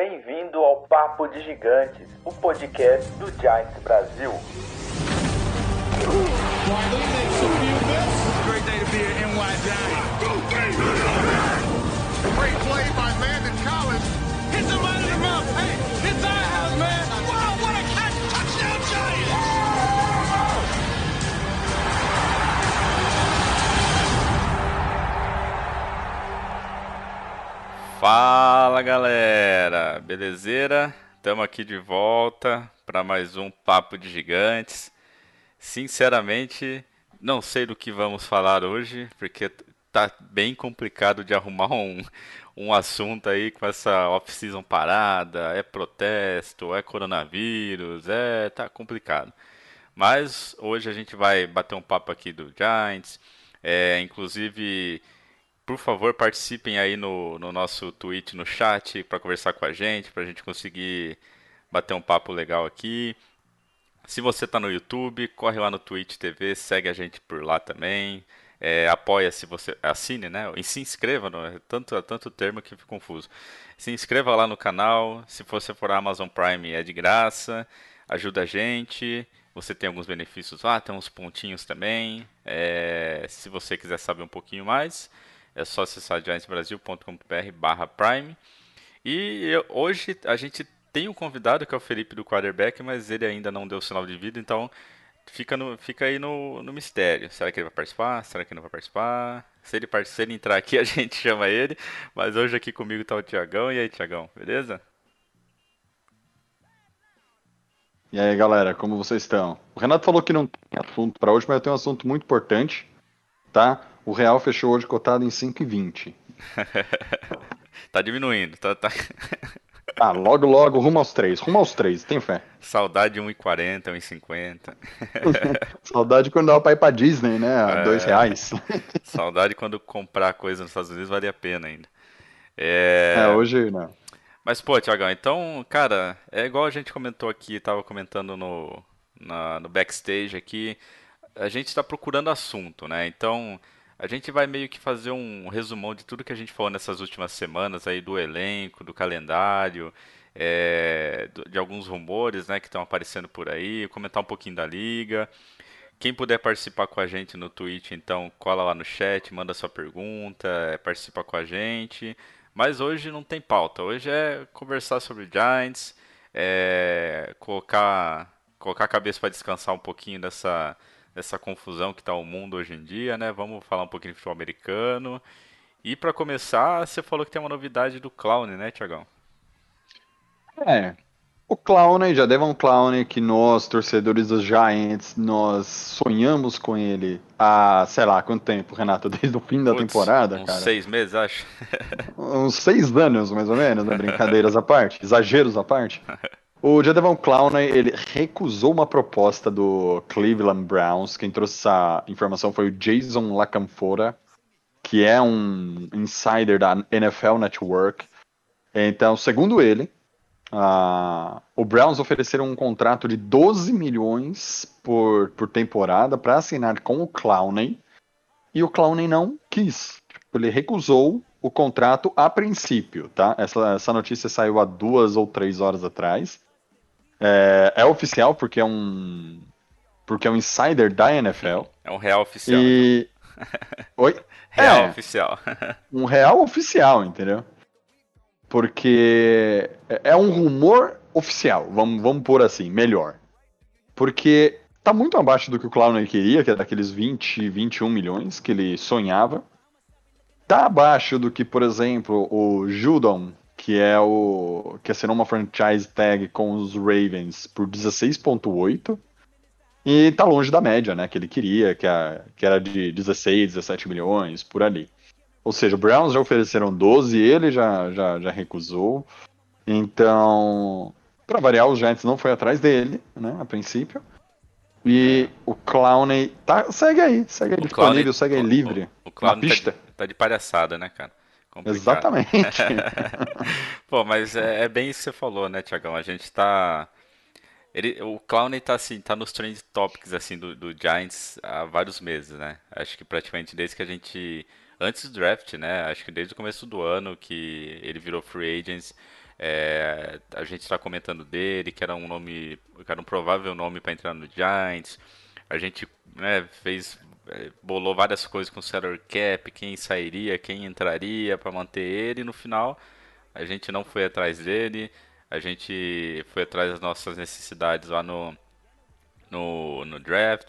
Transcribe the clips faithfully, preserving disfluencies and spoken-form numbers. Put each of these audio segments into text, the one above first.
Bem-vindo ao Papo de Gigantes, o podcast do Giants Brasil. Fala galera, belezeira? Estamos aqui de volta para mais um Papo de Gigantes. Sinceramente, não sei do que vamos falar hoje, porque tá bem complicado de arrumar um, um assunto aí com essa off-season parada, é protesto, é coronavírus, é tá complicado. Mas hoje a gente vai bater um papo aqui do Giants, é, inclusive. Por favor, participem aí no, no nosso Twitch, no chat, para conversar com a gente, para a gente conseguir bater um papo legal aqui. Se você está no YouTube, corre lá no Twitch T V, segue a gente por lá também. É, apoia se você assine, né? E se inscreva, não é tanto, é tanto termo que fica confuso. Se inscreva lá no canal. Se você for a Amazon Prime, é de graça. Ajuda a gente. Você tem alguns benefícios lá, tem uns pontinhos também. É, se você quiser saber um pouquinho mais, é só acessar giants brasil ponto com ponto b r barra prime. E eu, hoje a gente tem um convidado que é o Felipe do Quarterback, mas ele ainda não deu sinal de vida, então fica, no, fica aí no, no mistério. Será que ele vai participar? Será que ele não vai participar? Se ele, se ele entrar aqui, a gente chama ele. Mas hoje aqui comigo tá o Tiagão. E aí, Tiagão, beleza? E aí, galera, como vocês estão? O Renato falou que não tem assunto para hoje, mas eu tenho um assunto muito importante, tá? O real fechou hoje cotado em cinco e vinte. Tá diminuindo, tá, tá... Ah, logo, logo, rumo aos três. Rumo aos três, tem fé. Saudade de um e quarenta, um e cinquenta. Saudade quando dava pra ir pra Disney, né? A É. dois reais. Saudade quando comprar coisa nos Estados Unidos valia a pena ainda. É, É... hoje não. Mas, pô, Tiagão, então, cara, é igual a gente comentou aqui, tava comentando no, na- no backstage aqui, a gente está procurando assunto, né? Então, a gente vai meio que fazer um resumão de tudo que a gente falou nessas últimas semanas aí do elenco, do calendário, é, do- de alguns rumores, né, que estão aparecendo por aí, comentar um pouquinho da liga. Quem puder participar com a gente no Twitch, então cola lá no chat, manda sua pergunta, é, participa com a gente. Mas hoje não tem pauta, hoje é conversar sobre Giants, é, colocar, colocar a cabeça para descansar um pouquinho dessa, dessa confusão que está o mundo hoje em dia, né? Vamos falar um pouquinho de futebol americano. E para começar, você falou que tem uma novidade do Clown, né, Tiagão? É. O Clowney, já Devon Clowney, que nós, torcedores dos Giants, nós sonhamos com ele há, sei lá, quanto tempo, Renato? Desde o fim da Putz, temporada, uns cara? seis meses, acho. Uns seis anos, mais ou menos, né? Brincadeiras à parte, exageros à parte. O Jadeveon Clowney, ele recusou uma proposta do Cleveland Browns. Quem trouxe essa informação foi o Jason LaCanfora, que é um insider da N F L Network. Então, segundo ele, ah, o Browns ofereceram um contrato de doze milhões por, por temporada para assinar com o Clowney, e o Clowney não quis. Ele recusou o contrato a princípio, tá? Essa, essa notícia saiu há duas ou três horas atrás. É, é oficial porque é um porque é um insider da N F L. É um real oficial, então. E oi, Real é oficial. um real oficial, entendeu? Porque é é um rumor oficial, vamos, vamos pôr assim, melhor. Porque tá muito abaixo do que o Clowney queria, que é daqueles vinte, vinte e um milhões que ele sonhava. Tá abaixo do que, por exemplo, o Judon, que é o que assinou uma franchise tag com os Ravens por dezesseis vírgula oito. E tá longe da média, né, que ele queria, que, a, que era de dezesseis, dezessete milhões, por ali. Ou seja, o Browns já ofereceram doze, ele já, já, já recusou. Então, para variar, os Giants não foi atrás dele, né, a princípio. E o Clowney tá, segue aí, segue aí O disponível, Clown, segue aí livre, o, o na Clown tá pista. de, tá de palhaçada, né, cara? Complicado. Exatamente. Pô, mas é, é bem isso que você falou, né, Tiagão? A gente tá. Ele, o Clown tá assim, tá nos trend topics assim do, do Giants há vários meses, né? Acho que praticamente desde que a gente antes do draft, né? Acho que desde o começo do ano que ele virou free agents, É, a gente está comentando dele, que era um nome, que era um provável nome para entrar no Giants. A gente, né, fez, é, bolou várias coisas com o salary cap, quem sairia, quem entraria para manter ele. E no final, a gente não foi atrás dele. A gente foi atrás das nossas necessidades lá no, no, no draft.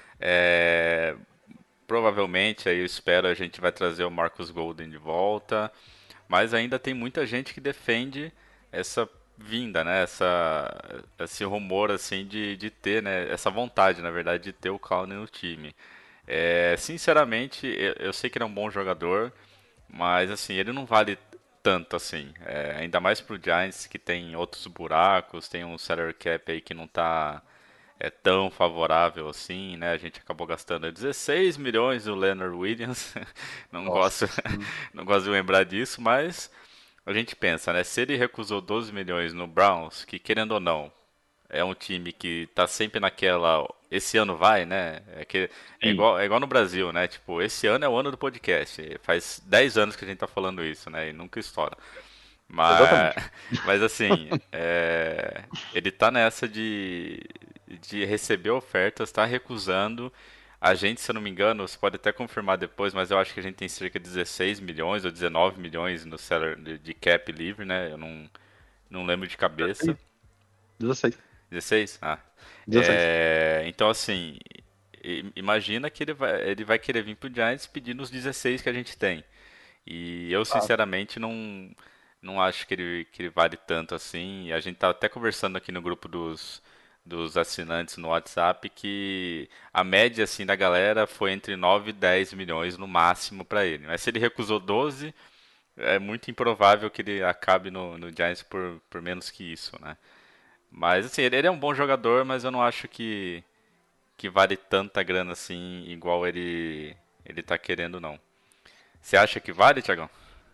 É, provavelmente, aí eu espero, a gente vai trazer o Marcus Golden de volta. Mas ainda tem muita gente que defende essa vinda, né? Essa, esse rumor assim de, de ter, né? Essa vontade, na verdade, de ter o Clowney no time. É, sinceramente, eu, eu sei que ele é um bom jogador, mas assim, ele não vale tanto assim. É, ainda mais pro Giants que tem outros buracos, tem um salary cap aí que não tá é tão favorável assim, né? A gente acabou gastando dezesseis milhões do Leonard Williams. Não gosto, Nossa. não gosto de lembrar disso, mas a gente pensa, né? Se ele recusou doze milhões no Browns, que querendo ou não, é um time que tá sempre naquela. Esse ano vai, né? É, que, é, Sim, igual, é igual no Brasil, né? Tipo, esse ano é o ano do podcast. Faz dez anos que a gente tá falando isso, né? E nunca estoura. Mas, exatamente. mas assim, é, ele tá nessa de, de receber ofertas, tá recusando. A gente, se eu não me engano, você pode até confirmar depois, mas eu acho que a gente tem cerca de dezesseis milhões ou dezenove milhões no salary de de cap livre, né? Eu não, não lembro de cabeça. dezesseis. dezesseis? Ah. dezesseis. É, então, assim, i- imagina que ele vai, ele vai querer vir pro Giants pedindo os dezesseis que a gente tem. E eu, sinceramente, não, não acho que ele, que ele vale tanto assim. A gente tá até conversando aqui no grupo dos, dos assinantes no WhatsApp que a média assim da galera foi entre nove e dez milhões no máximo para ele. Mas se ele recusou doze, é muito improvável que ele acabe no, no Giants por, por menos que isso, né? Mas assim, ele, ele é um bom jogador, mas eu não acho que, que vale tanta grana assim, igual ele, ele tá querendo, não. Você acha que vale, Thiagão?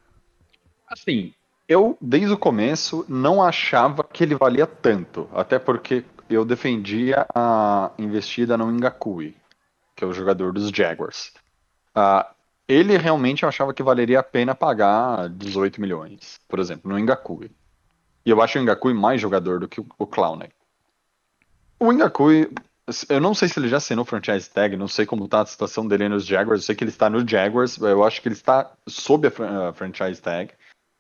Assim, eu desde o começo não achava que ele valia tanto, até porque eu defendia a investida no Ngakui, que é o jogador dos Jaguars. Ah, ele realmente eu achava que valeria a pena pagar dezoito milhões, por exemplo, no Ngakui. E eu acho o Ngakui mais jogador do que o, o Clowney. O Ngakui, eu não sei se ele já assinou franchise tag, não sei como tá a situação dele nos Jaguars, eu sei que ele está no Jaguars, eu acho que ele está sob a fran- a franchise tag.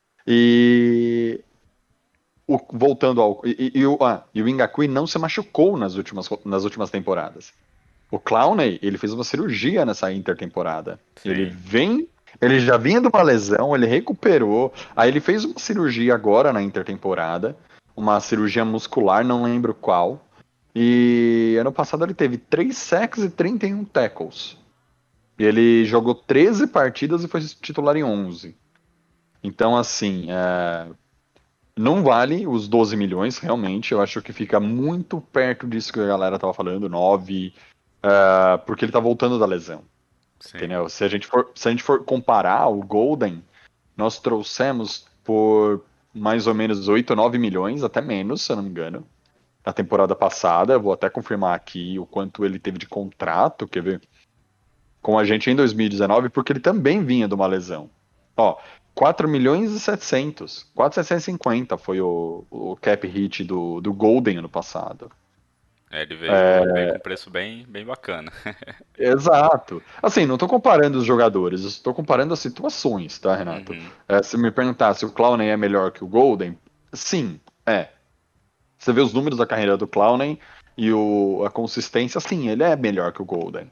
E o- voltando ao. E, e, e o, ah, e o Ngakui não se machucou nas últimas, nas últimas temporadas. O Clowney, ele fez uma cirurgia nessa intertemporada. Ele Sim. vem. Ele já vinha de uma lesão, ele recuperou. Aí ele fez uma cirurgia agora na intertemporada. Uma cirurgia muscular, não lembro qual. E ano passado ele teve três sacks e trinta e um tackles. E ele jogou treze partidas e foi titular em onze. Então, assim, é, não vale os doze milhões, realmente. Eu acho que fica muito perto disso que a galera tava falando, nove, uh, porque ele tá voltando da lesão. Sim. Entendeu? Se a gente for, se a gente for comparar o Golden, nós trouxemos por mais ou menos oito, nove milhões, até menos, se eu não me engano, na temporada passada. Eu vou até confirmar aqui o quanto ele teve de contrato, quer ver? Com a gente em dois mil e dezenove, porque ele também vinha de uma lesão. Ó, quatro milhões e setecentos. quatro milhões setecentos e cinquenta foi o, o cap hit do, do Golden ano passado. É, ele veio, ele veio com um preço bem, bem bacana. Exato. Assim, não estou comparando os jogadores, eu estou comparando as situações, tá, Renato? Uhum. É, se me perguntar se o Clowney é melhor que o Golden, sim, é. Você vê os números da carreira do Clowney e o, a consistência, sim, ele é melhor que o Golden.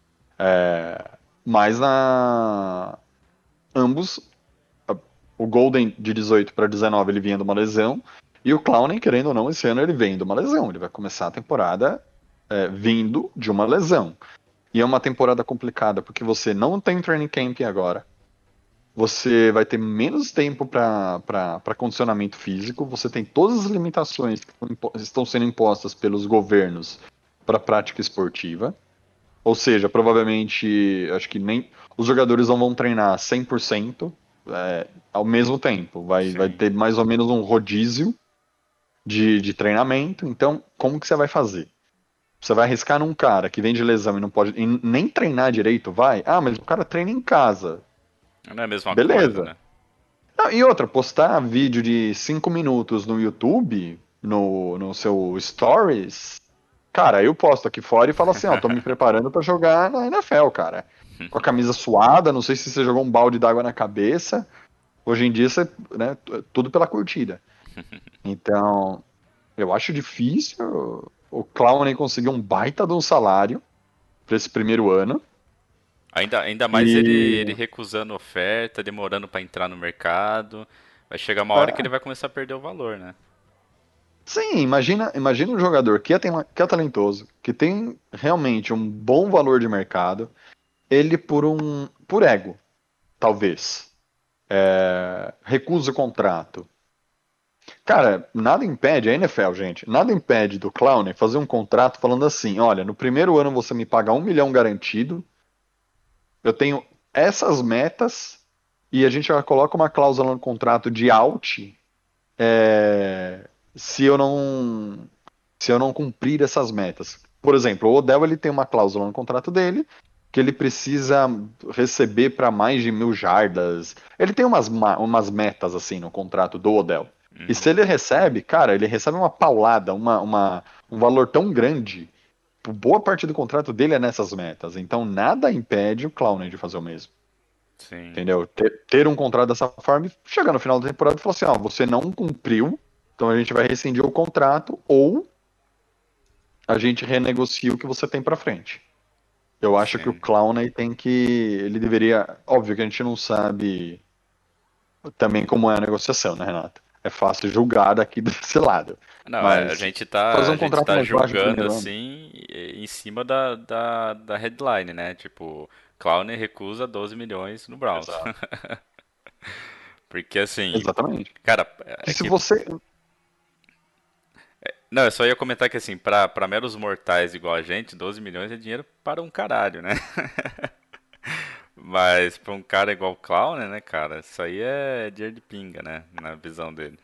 É, mas na ambos, o Golden de dezoito para dezenove ele vinha de uma lesão, e o Clowney, querendo ou não, esse ano ele vem de uma lesão. Ele vai começar a temporada é, vindo de uma lesão. E é uma temporada complicada, porque você não tem training camp agora. Você vai ter menos tempo para condicionamento físico. Você tem todas as limitações que estão sendo impostas pelos governos para a prática esportiva. Ou seja, provavelmente, acho que nem os jogadores não vão treinar cem por cento é, ao mesmo tempo. Vai, vai Sim. ter mais ou menos um rodízio de, de treinamento. Então, como que você vai fazer? Você vai arriscar num cara que vem de lesão e não pode e nem treinar direito, vai? Ah, mas o cara treina em casa. Não é a mesma coisa, Beleza. né? Não, e outra, postar vídeo de cinco minutos no YouTube, no, no seu Stories, cara, eu posto aqui fora e falo assim, ó, tô me preparando pra jogar na N F L, cara. Com a camisa suada, não sei se você jogou um balde d'água na cabeça. Hoje em dia, você, né, tudo pela curtida. Então, eu acho difícil o Clowney conseguir um baita de um salário pra esse primeiro ano. Ainda, ainda mais ele, ele E recusando oferta, demorando pra entrar no mercado. Vai chegar uma hora que ele é, vai começar a perder o valor, né? sim, imagina, imagina um jogador que é, tem- que é talentoso, que tem realmente um bom valor de mercado, ele por um por ego, talvez, é, recusa o contrato. Cara, nada impede, a N F L, gente, nada impede do Clowney fazer um contrato falando assim, olha, no primeiro ano você me paga um milhão garantido, eu tenho essas metas e a gente já coloca uma cláusula no contrato de out, é, se eu não se eu não cumprir essas metas. Por exemplo, o Odell ele tem uma cláusula no contrato dele que ele precisa receber para mais de mil jardas. Ele tem umas, ma- umas metas assim no contrato do Odell. E se Uhum. ele recebe, cara, ele recebe uma paulada, uma, uma- um valor tão grande. Boa parte do contrato dele é nessas metas. Então nada impede o Clowney de fazer o mesmo. Sim. Entendeu? Ter, ter um contrato dessa forma e chegar no final da temporada e falar assim: ó, você não cumpriu, então a gente vai rescindir o contrato ou a gente renegocia o que você tem pra frente. Eu acho que o Sim. Clowney tem que. Ele deveria. Óbvio que a gente não sabe também como é a negociação, né, Renato? É fácil julgar daqui desse lado. Não, é, a Mas gente tá, fazer a um gente contrato tá mais baixo no julgando primeiro ano. assim e- em cima da, da, da headline, né? Tipo, Clowney recusa doze milhões no Browns. Exato. Porque assim, Exatamente. cara, Que é se que. você. Não, eu só ia comentar que assim, pra, pra meros mortais igual a gente, doze milhões é dinheiro para um caralho, né? Mas pra um cara igual o Clowney, né, cara, isso aí é dinheiro de pinga, né? Na visão dele.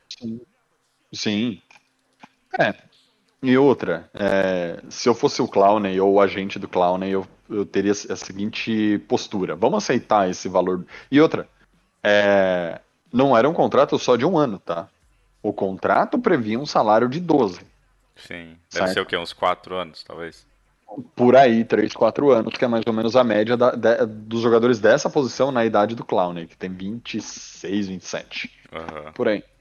Sim. É. E outra, é, se eu fosse o Clowney ou o agente do Clowney, eu, eu teria a seguinte postura. Vamos aceitar esse valor. E outra, é, não era um contrato só de um ano, tá? O contrato previa um salário de doze, Sim. Deve ser o certo? quê? Uns quatro anos, talvez? Por aí, três, quatro anos, que é mais ou menos a média da- de- dos jogadores dessa posição na idade do Clowney, que tem vinte e seis, vinte e sete, Aham. por aí.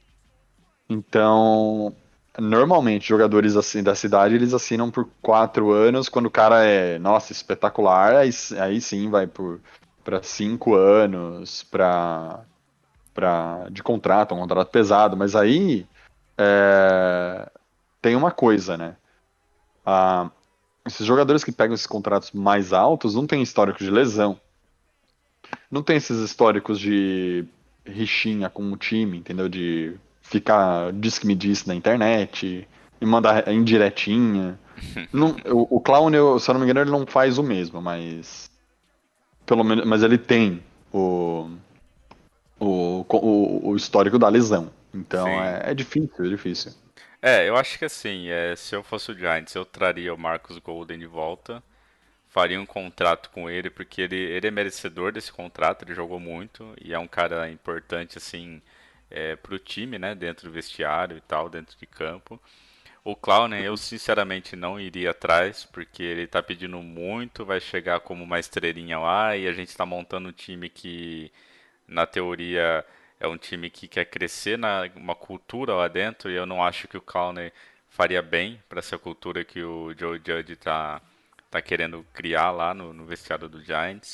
Então, normalmente, jogadores assim da cidade, eles assinam por quatro anos, quando o cara é, nossa, espetacular, aí, aí sim vai por para cinco anos, para para de contrato, um contrato pesado, mas aí é, tem uma coisa, né? Ah, esses jogadores que pegam esses contratos mais altos não têm histórico de lesão, não tem esses históricos de rixinha com o time, entendeu? De ficar diz que me disse na internet e mandar indiretinha. Não, o, o Clown, eu, se eu não me engano, ele não faz o mesmo, mas pelo menos, mas ele tem o, o, o, o histórico da lesão. Então Sim. é, é difícil, é difícil. É, eu acho que assim, é, se eu fosse o Giants, eu traria o Marcus Golden de volta, faria um contrato com ele, porque ele, ele é merecedor desse contrato, ele jogou muito e é um cara importante, assim, é, pro time, né, dentro do vestiário e tal, dentro de campo. O Clown, eu sinceramente não iria atrás, porque ele tá pedindo muito, vai chegar como uma estrelinha lá e a gente tá montando um time que, na teoria, é um time que quer crescer na uma cultura lá dentro e eu não acho que o Clowney faria bem para essa cultura que o Joe Judge tá, tá querendo criar lá no, no vestiário do Giants.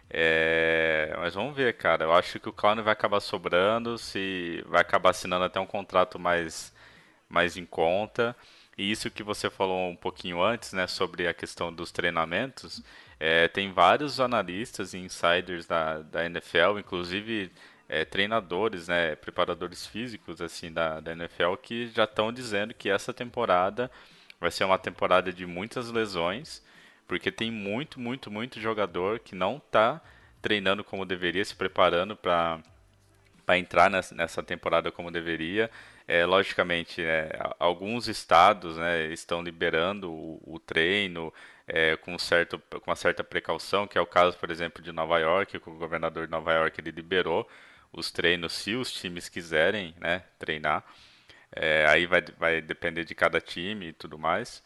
É, mas vamos ver, cara. Eu acho que o Clowney vai acabar sobrando, se vai acabar assinando até um contrato mais mais em conta. E isso que você falou um pouquinho antes, né, sobre a questão dos treinamentos, é, tem vários analistas e insiders da, da N F L, inclusive é, treinadores, né, preparadores físicos assim da, da N F L, que já estão dizendo que essa temporada vai ser uma temporada de muitas lesões, porque tem muito, muito, muito jogador que não está treinando como deveria, se preparando para para entrar nessa, nessa temporada como deveria. É, logicamente, é, alguns estados, né, estão liberando o, o treino é, com, certo, com uma certa precaução, que é o caso, por exemplo, de Nova York, que o governador de Nova York ele liberou os treinos, se os times quiserem, né, treinar. É, aí vai, vai depender de cada time e tudo mais.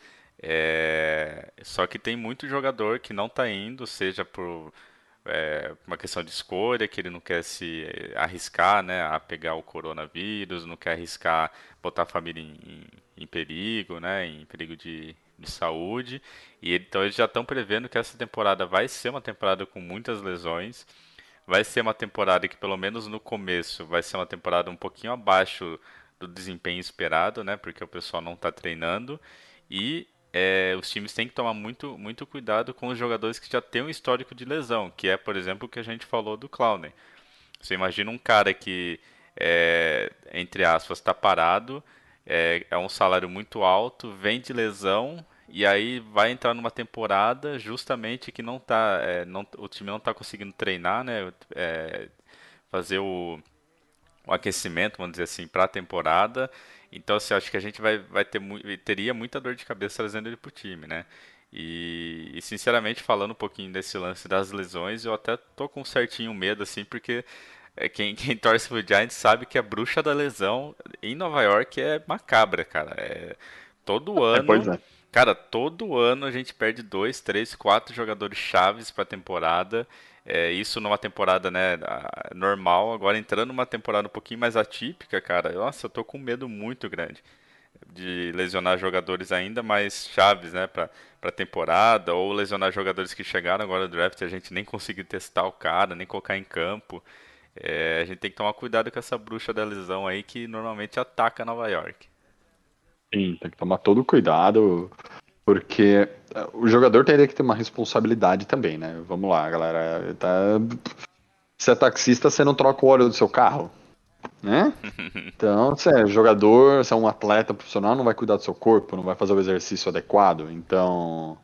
É, só que tem muito jogador que não está indo, seja por é, uma questão de escolha, que ele não quer se arriscar, né, a pegar o coronavírus, não quer arriscar botar a família em, em- em perigo, né, em perigo de, de saúde. E ele- então eles já estão prevendo que essa temporada vai ser uma temporada com muitas lesões. Vai ser uma temporada que, pelo menos no começo, vai ser uma temporada um pouquinho abaixo do desempenho esperado, né? Porque o pessoal não está treinando. E é, os times têm que tomar muito, muito cuidado com os jogadores que já têm um histórico de lesão, que é, por exemplo, o que a gente falou do Clowney. Você imagina um cara que, é, entre aspas, está parado, é, é um salário muito alto, vem de lesão e aí vai entrar numa temporada justamente que não tá, é, não, o time não está conseguindo treinar, né? É, fazer o, o aquecimento, vamos dizer assim, para a temporada. Então, assim, acho que a gente vai, vai ter, mu- teria muita dor de cabeça trazendo ele pro time, né? E, e, sinceramente, falando um pouquinho desse lance das lesões, eu até tô com um certinho medo, assim, porque é, quem, quem torce pro Giants sabe que a bruxa da lesão em Nova York é macabra, cara. É, todo É, pois ano, é. cara, todo ano a gente perde dois, três, quatro jogadores chaves pra temporada. É, isso numa temporada, né, a- normal. Agora entrando numa temporada um pouquinho mais atípica, cara. Nossa, eu tô com um medo muito grande de lesionar jogadores ainda mais chaves, né, para para temporada, ou lesionar jogadores que chegaram agora no draft e a gente nem conseguiu testar o cara, nem colocar em campo. É, a gente tem que tomar cuidado com essa bruxa da lesão aí que normalmente ataca Nova York. Sim, tem que tomar todo cuidado, porque eh, o jogador teria que ter uma responsabilidade também, né? Vamos lá, galera. Tá... Se é taxista, você não troca o óleo do seu carro, né? Então, se é jogador, se é um atleta profissional, não vai cuidar do seu corpo, não vai fazer o exercício adequado. Então,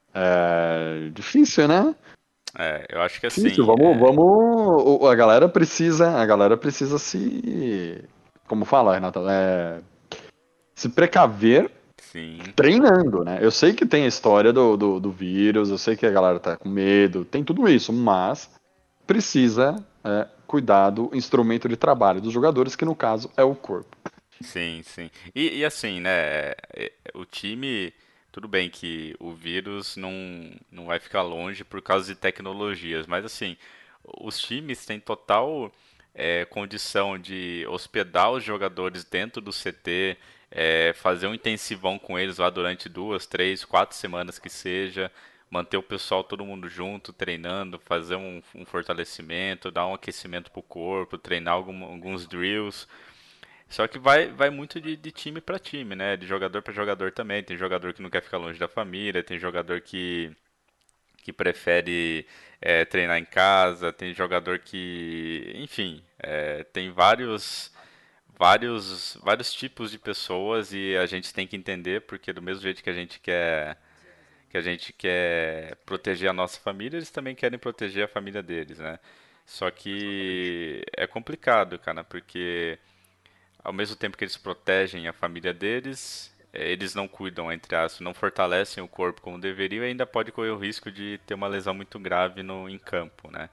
é difícil, né? É, eu acho que Difícil. assim, Vamos, é, vamos. o- A galera precisa, a galera precisa se, como fala, Renata, é, se precaver sim, treinando, né? Eu sei que tem a história do, do, do vírus, eu sei que a galera tá com medo, tem tudo isso, mas precisa é, cuidar do instrumento de trabalho dos jogadores, que no caso é o corpo. sim, sim. E, e assim, né, é, é, o time, tudo bem que o vírus não, não vai ficar longe por causa de tecnologias, mas assim, os times têm total é, condição de hospedar os jogadores dentro do C T, é, fazer um intensivão com eles lá durante duas, três, quatro semanas que seja, manter o pessoal todo mundo junto, treinando, fazer um, um fortalecimento, dar um aquecimento pro corpo, treinar algum- alguns drills. Só que vai, vai muito de, de time para time, né? De jogador para jogador também. Tem jogador que não quer ficar longe da família, tem jogador que, que prefere é, treinar em casa, tem jogador que, enfim, é, tem vários, vários, vários tipos de pessoas e a gente tem que entender porque do mesmo jeito que a gente quer que a gente quer proteger a nossa família, eles também querem proteger a família deles, né? Só que é complicado, cara, porque ao mesmo tempo que eles protegem a família deles, eh, eles não cuidam, entre aspas, não fortalecem o corpo como deveriam e ainda pode correr o risco de ter uma lesão muito grave no, em campo, né?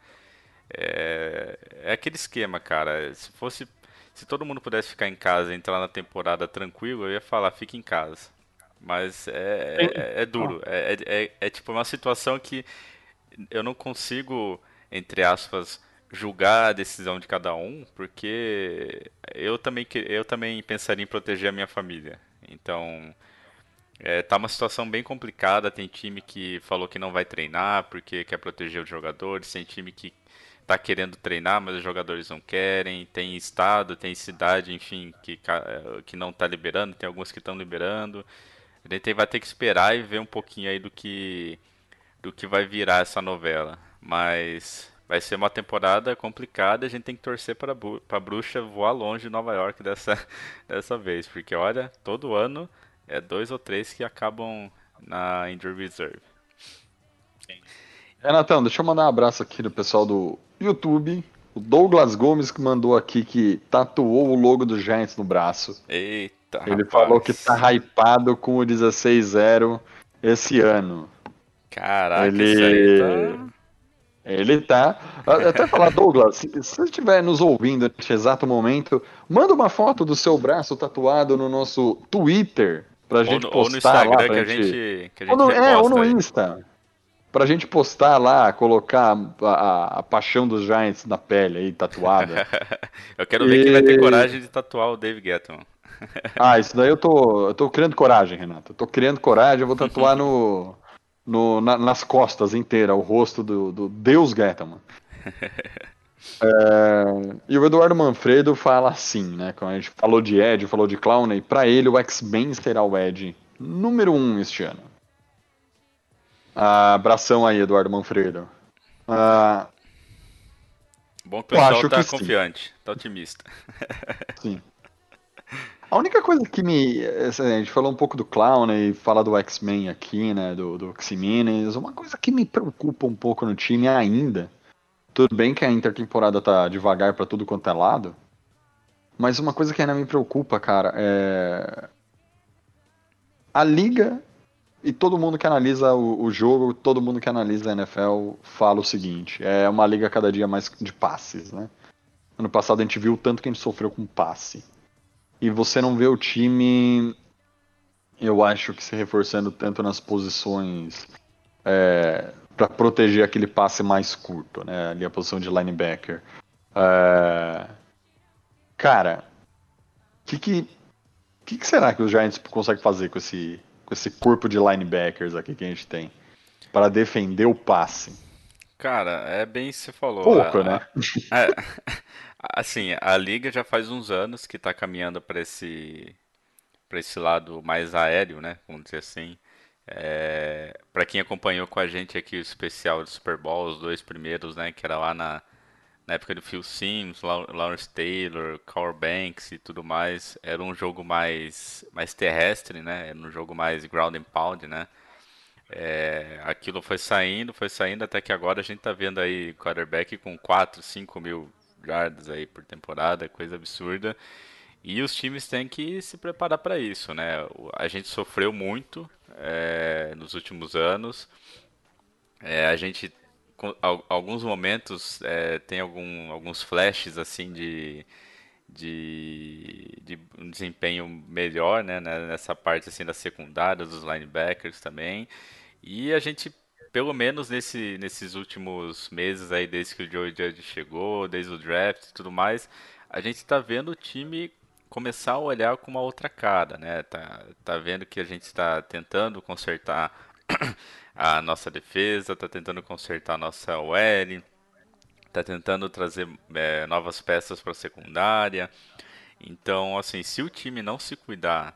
É, é aquele esquema, cara. Se fosse, se todo mundo pudesse ficar em casa e entrar na temporada tranquilo, eu ia falar, fica em casa. Mas é, Sim. é, é duro. É, é, é, é tipo uma situação que eu não consigo, entre aspas, julgar a decisão de cada um, porque eu também, que- eu também pensaria em proteger a minha família. Então, é, tá uma situação bem complicada. Tem time que falou que não vai treinar porque quer proteger os jogadores, tem time que tá querendo treinar, mas os jogadores não querem. Tem estado, tem cidade, enfim, que, ca- eh, que não tá liberando, tem alguns que estão liberando. A gente vai ter que esperar e ver um pouquinho aí do que do que vai virar essa novela. Mas vai ser uma temporada complicada e a gente tem que torcer para a bruxa voar longe de Nova York dessa, dessa vez. Porque olha, todo ano é dois ou três que acabam na Injury Reserve. Renatão, deixa eu mandar um abraço aqui do pessoal do YouTube. O Douglas Gomes que mandou aqui que tatuou o logo do Giants no braço. Eita, Ele falou que tá rapaz. hypado com o dezesseis zero esse ano. Caraca, isso aí Ele tá. Ele tá. Até falar, Douglas, se se você estiver nos ouvindo neste exato momento, manda uma foto do seu braço tatuado no nosso Twitter pra Ou gente no, ou no postar lá, Instagram pra que a gente. gente, que a Ou gente no, é, ou reposta no aí. Insta. Pra gente postar lá, colocar a, a- a paixão dos Giants na pele aí, tatuada. Eu quero ver quem vai ter E. coragem de tatuar o Dave Gettman. Ah, isso daí eu tô, eu tô criando coragem, Renato. Eu tô criando coragem, eu vou tatuar no, no, na- nas costas inteira o rosto do, do Deus Gettman. E o Eduardo Manfredo fala assim, né? Quando a gente falou de Ed, falou de Clowney, pra ele o X-Men será o Ed número um este ano. Ah, abração aí, Eduardo Manfredo. Ah, Bom que o eu pessoal acho que tá sim, confiante, tá otimista. sim. A única coisa que me. Assim, a gente falou um pouco do Clowney, fala do X-Men aqui, né? Do, do Ximenez. Uma coisa que me preocupa um pouco no time ainda. Tudo bem que a intertemporada tá devagar pra tudo quanto é lado. Mas uma coisa que ainda me preocupa, cara, é. A liga. E todo mundo que analisa o, o jogo, todo mundo que analisa a N F L fala o seguinte: é uma liga cada dia mais de passes, né? Ano passado a gente viu o tanto que a gente sofreu com passe. E você não vê o time, eu acho que se reforçando tanto nas posições é, para proteger aquele passe mais curto, né? Ali a posição de linebacker. É, cara, o que, que, que, que será que os Giants conseguem fazer com esse, com esse corpo de linebackers aqui que a gente tem para defender o passe? Cara, é bem isso que você falou. Pouco, A- né? a- é, assim, a liga já faz uns anos que tá caminhando para esse, para esse lado mais aéreo, né? Vamos dizer assim. É, para quem acompanhou com a gente aqui o especial do Super Bowl, os dois primeiros, né? Que era lá na, na época do Phil Simms, Lau- Lawrence Taylor, Carl Banks e tudo mais, era um jogo mais, mais terrestre, né? Era um jogo mais ground and pound, né? É, aquilo foi saindo, foi saindo, até que agora a gente tá vendo aí quarterback com quatro, cinco mil jardas aí por temporada, coisa absurda. E os times têm que se preparar para isso, né? O- A gente sofreu muito é, nos últimos anos. É, a gente, com al- alguns momentos, é, tem algum, alguns flashes assim de, de, de um desempenho melhor, né? né, Nessa parte assim da secundária, dos linebackers também. E a gente, pelo menos nesse, nesses últimos meses aí, desde que o Joe Judge chegou, desde o draft e tudo mais, a gente tá vendo o time começar a olhar com uma outra cara, né? Tá, tá vendo que a gente está tentando consertar a nossa defesa, tá tentando consertar a nossa O L, tá tentando trazer é, novas peças para a secundária. Então, assim, se o time não se cuidar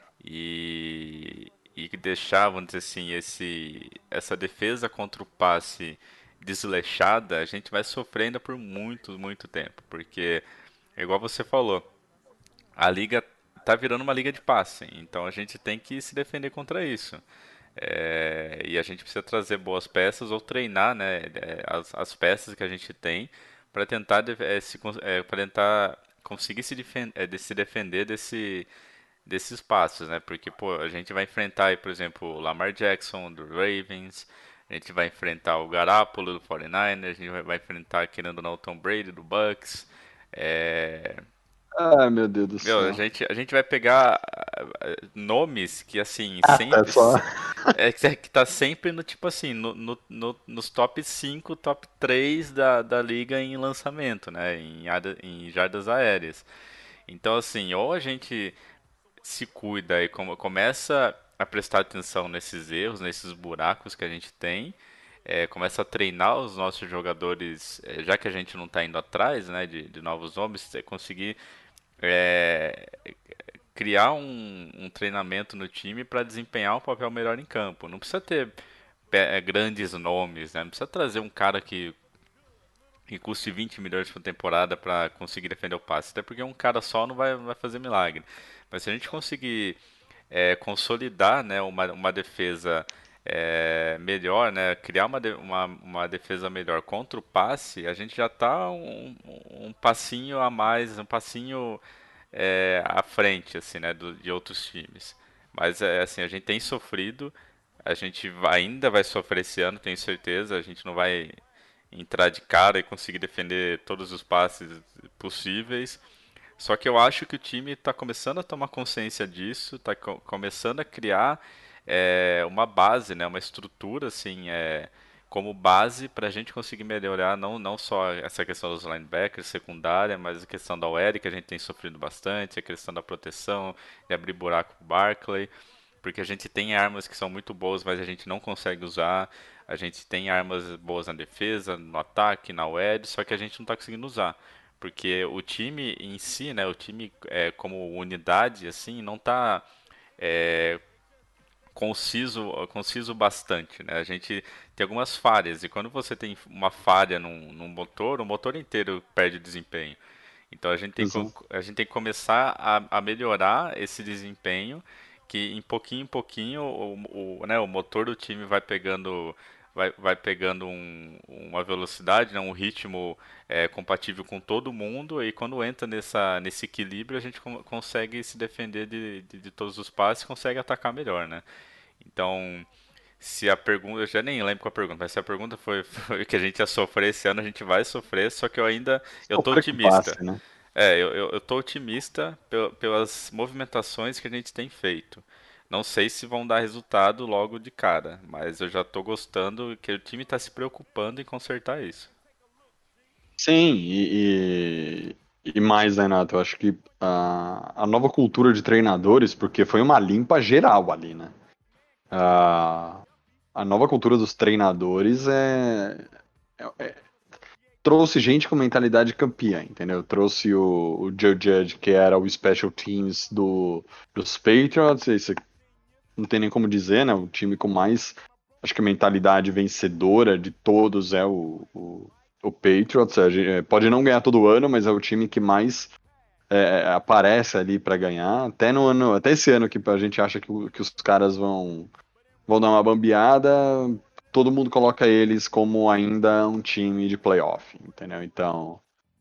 e, e deixar, vamos dizer assim, esse, essa defesa contra o passe desleixada, a gente vai sofrer ainda por muito, muito tempo. Porque, igual você falou, a liga tá virando uma liga de passe. Então a gente tem que se defender contra isso. É, e a gente precisa trazer boas peças ou treinar, né, é, as, as peças que a gente tem para tentar, de- é, se, é, para tentar conseguir se, defen é, de- se defender desse, desses passos, né? Porque, pô, a gente vai enfrentar aí, por exemplo, o Lamar Jackson do Ravens, a gente vai enfrentar o Garoppolo do quarenta e nove ers, a gente vai, vai enfrentar, querendo ou não, o Tom Brady do Bucks. É, Ai, meu Deus do meu, a céu. gente, a gente vai pegar ah, ah, nomes que, assim, Ah, tá sempre. só. É que é que tá sempre no tipo assim, no, no, no- nos top cinco, top três da, da liga em lançamento, né? Em, ada- em jardas aéreas. Então, assim, ou a gente se cuida e come- começa a prestar atenção nesses erros, nesses buracos que a gente tem, é, começa a treinar os nossos jogadores, é, já que a gente não está indo atrás, né, de, de novos nomes, é conseguir é, criar um, um treinamento no time para desempenhar um papel melhor em campo. Não precisa ter é, grandes nomes, né? Não precisa trazer um cara que, que custe vinte milhões por temporada para conseguir defender o passe. Até porque um cara só não vai, vai fazer milagre. Mas se a gente conseguir é, consolidar, né, uma, uma defesa é, melhor, né, criar uma, de- uma, uma defesa melhor contra o passe, a gente já está um, um passinho a mais, um passinho é, à frente, assim, né, do- de outros times. Mas é assim, a gente tem sofrido, a gente vai- ainda vai sofrer esse ano, tenho certeza. A gente não vai entrar de cara e conseguir defender todos os passes possíveis. Só que eu acho que o time está começando a tomar consciência disso, está começando a criar é, uma base, né, uma estrutura assim, é, como base para a gente conseguir melhorar não, não só essa questão dos linebackers secundária, mas a questão da O L que a gente tem sofrido bastante, a questão da proteção, de abrir buraco para o Barkley, porque a gente tem armas que são muito boas, mas a gente não consegue usar. A gente tem armas boas na defesa, no ataque, na O L, só que a gente não está conseguindo usar. Porque o time em si, né, o time é, como unidade, assim, não está é, conciso, conciso bastante, né? A gente tem algumas falhas, e quando você tem uma falha num, num motor, o motor inteiro perde desempenho. Então a gente tem, co- Exato. a gente tem que começar a, a melhorar esse desempenho, que em pouquinho em pouquinho o, o, né, o motor do time vai pegando, vai, vai pegando um- uma velocidade, né, um ritmo é, compatível com todo mundo, e quando entra nessa, nesse equilíbrio a gente con- consegue se defender de, de, de todos os passes, consegue atacar melhor, né? Então, se a pergunta, eu já nem lembro qual a pergunta, mas se a pergunta foi, foi que a gente ia sofrer esse ano, a gente vai sofrer, só que eu ainda, eu tô Sofrer com otimista. passe, né? É, eu, eu, eu tô otimista pel- pelas movimentações que a gente tem feito. Não sei se vão dar resultado logo de cara, mas eu já tô gostando que o time tá se preocupando em consertar isso. Sim, e, e, e mais, né, Renato? Eu acho que a, a nova cultura de treinadores, porque foi uma limpa geral ali, né? A, a nova cultura dos treinadores é, é- é- trouxe gente com mentalidade campeã, entendeu? Trouxe o, o Joe Judge, que era o special teams do, dos Patriots, isso não tem nem como dizer, né? O time com mais, acho que a mentalidade vencedora de todos é o, o, o Patriots. A gente, é, pode não ganhar todo ano, mas é o time que mais é, aparece ali para ganhar. Até no ano, até esse ano que a gente acha que, o- que os caras vão, vão dar uma bambeada, todo mundo coloca eles como ainda um time de playoff, entendeu? Então,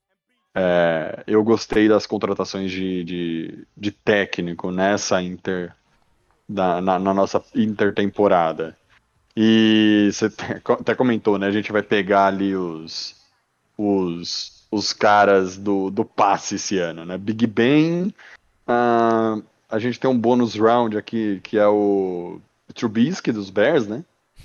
é, eu gostei das contratações de, de, de técnico nessa Inter, da, na, na nossa intertemporada. E você até comentou, né? A gente vai pegar ali os, os, os caras do, do passe esse ano, né? Big Ben, ah, a gente tem um bônus round aqui que é o Trubisky dos Bears, né?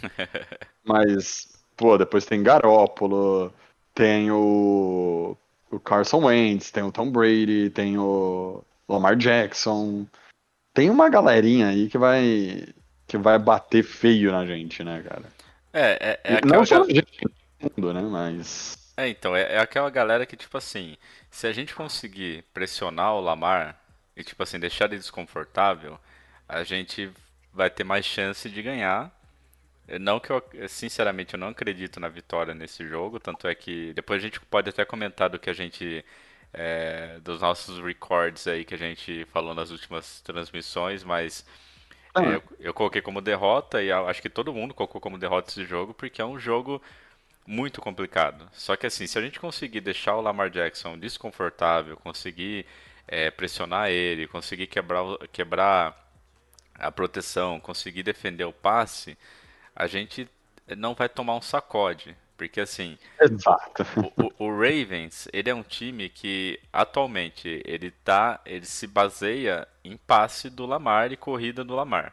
Mas, pô, depois tem Garoppolo, tem o, o Carson Wentz, tem o Tom Brady, tem o Lamar Jackson. Tem uma galerinha aí que vai que vai bater feio na gente, né, cara? É, é, é E não aquela, só ga- na gente, no mundo, né? Mas. é, então, é, é aquela galera que, tipo assim, se a gente conseguir pressionar o Lamar e, tipo assim, deixar ele desconfortável, a gente vai ter mais chance de ganhar. É, não que eu, sinceramente, eu não acredito na vitória nesse jogo, tanto é que depois a gente pode até comentar do que a gente, é, dos nossos records aí que a gente falou nas últimas transmissões, mas é, Ah, eu, eu coloquei como derrota e eu acho que todo mundo colocou como derrota esse jogo porque é um jogo muito complicado. Só que assim, se a gente conseguir deixar o Lamar Jackson desconfortável, conseguir é, pressionar ele, conseguir quebrar, o- quebrar a proteção, conseguir defender o passe, a gente não vai tomar um sacode. Porque assim, o, exato. o, o Ravens, ele é um time que atualmente ele tá, ele se baseia em passe do Lamar e corrida do Lamar.